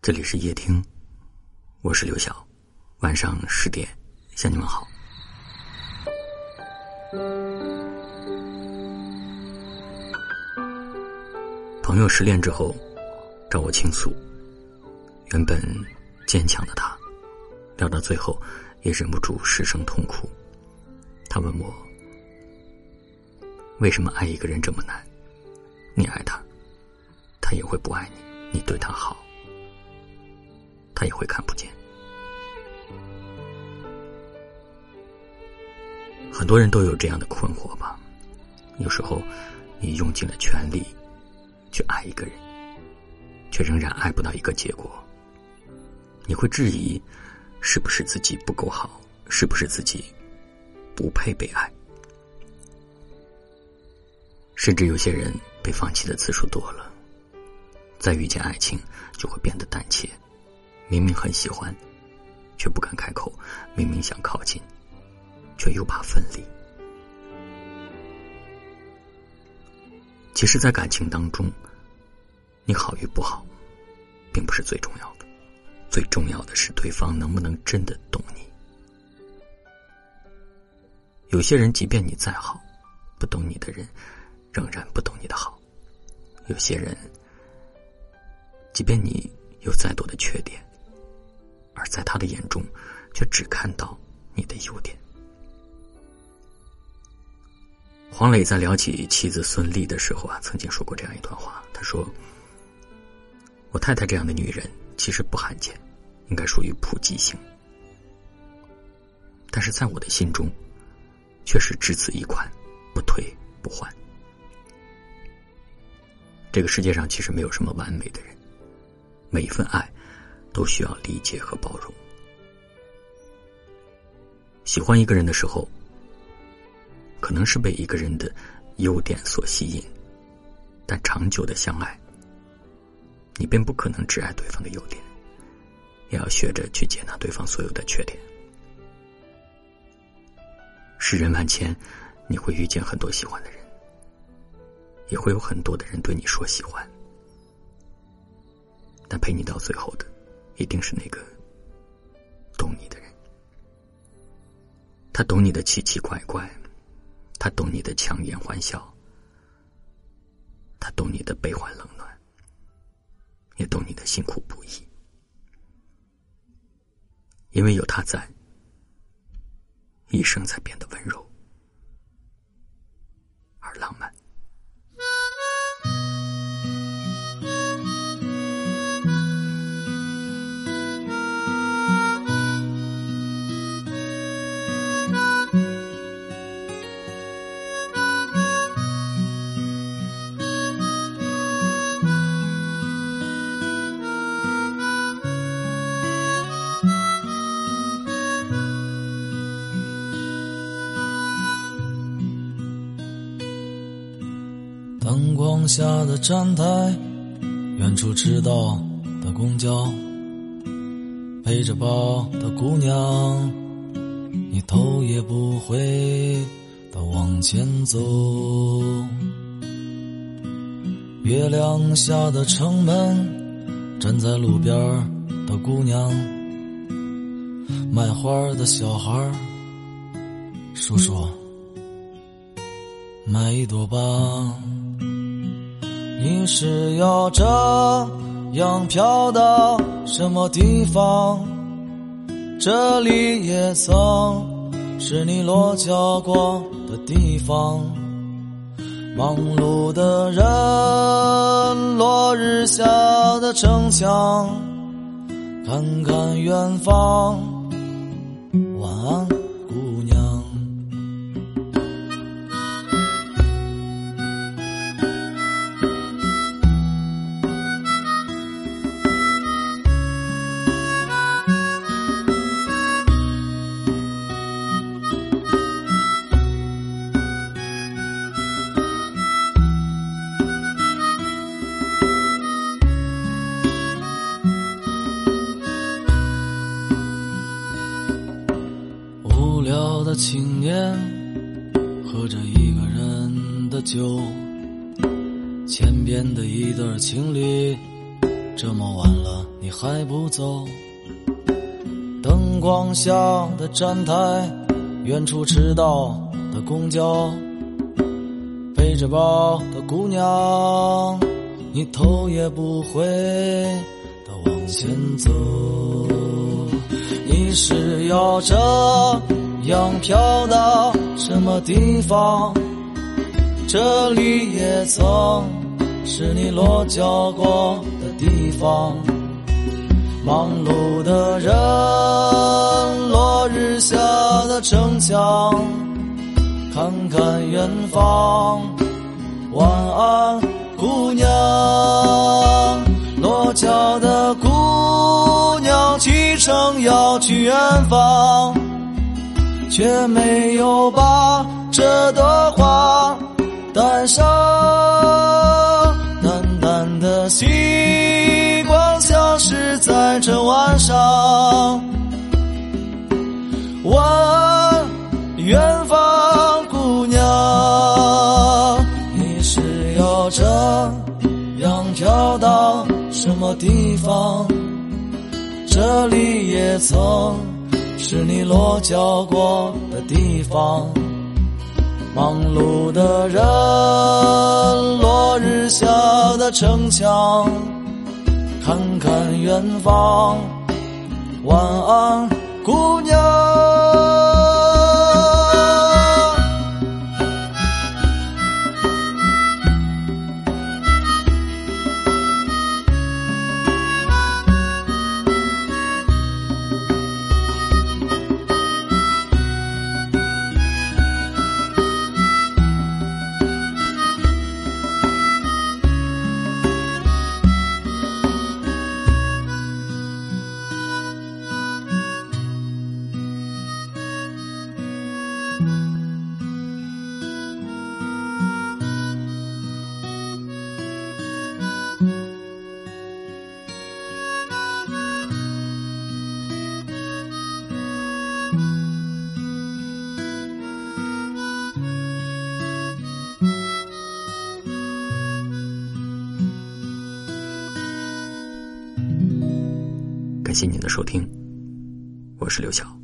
这里是夜听，我是刘晓，晚上10点向你们好。朋友失恋之后找我倾诉，原本坚强的他聊到最后也忍不住失声痛哭。他问我，为什么爱一个人这么难？你爱他，他也会不爱你，你对他好，他也会看不见。很多人都有这样的困惑吧，有时候你用尽了全力去爱一个人，却仍然爱不到一个结果。你会质疑是不是自己不够好，是不是自己不配被爱。甚至有些人被放弃的次数多了，再遇见爱情就会变得胆怯，明明很喜欢却不敢开口，明明想靠近却又怕分离。其实在感情当中，你好与不好并不是最重要的，最重要的是对方能不能真的懂你。有些人即便你再好，不懂你的人仍然不懂你的好。有些人即便你有再多的缺点，而在他的眼中却只看到你的优点。黄磊在聊起妻子孙俪的时候曾经说过这样一段话，他说，我太太这样的女人其实不罕见，应该属于普及型，但是在我的心中却是只此一款，不退不换。这个世界上其实没有什么完美的人，每一份爱都需要理解和包容。喜欢一个人的时候，可能是被一个人的优点所吸引，但长久的相爱，你便不可能只爱对方的优点，也要学着去接纳对方所有的缺点。世人万千，你会遇见很多喜欢的人，也会有很多的人对你说喜欢，但陪你到最后的一定是那个懂你的人。他懂你的奇奇怪怪，他懂你的强颜欢笑，他懂你的悲欢冷暖，也懂你的辛苦不易。因为有他在，一生才变得温柔而浪漫。 灯光下的站台，远处迟到的公交，背着包的姑娘，你头也不回地往前走。月亮下的城门，站在路边的姑娘，卖花的小孩，叔叔买一朵吧。你是要这样飘到什么地方？这里也曾是你落脚过的地方。忙碌的人，落日下的城墙，看看远方。晚安，姑娘。的青年喝着一个人的酒，前边的一对情侣这么晚了你还不走。灯光下的站台，远处迟到的公交，背着包的姑娘，你头也不回地往前走。你是要这样飘到什么地方？这里也曾是你落脚过的地方。忙碌的人，落日下的城墙，看看远方，晚安姑娘。落脚的姑娘启程要去远方，却没有把这朵花带上。淡淡的星光消失在这晚上。问远方姑娘，你是要这样飘到什么地方？这里也曾是你落脚过的地方。忙碌的人，落日下的城墙，看看远方，晚安姑娘。 感谢您的收听，我是刘晓。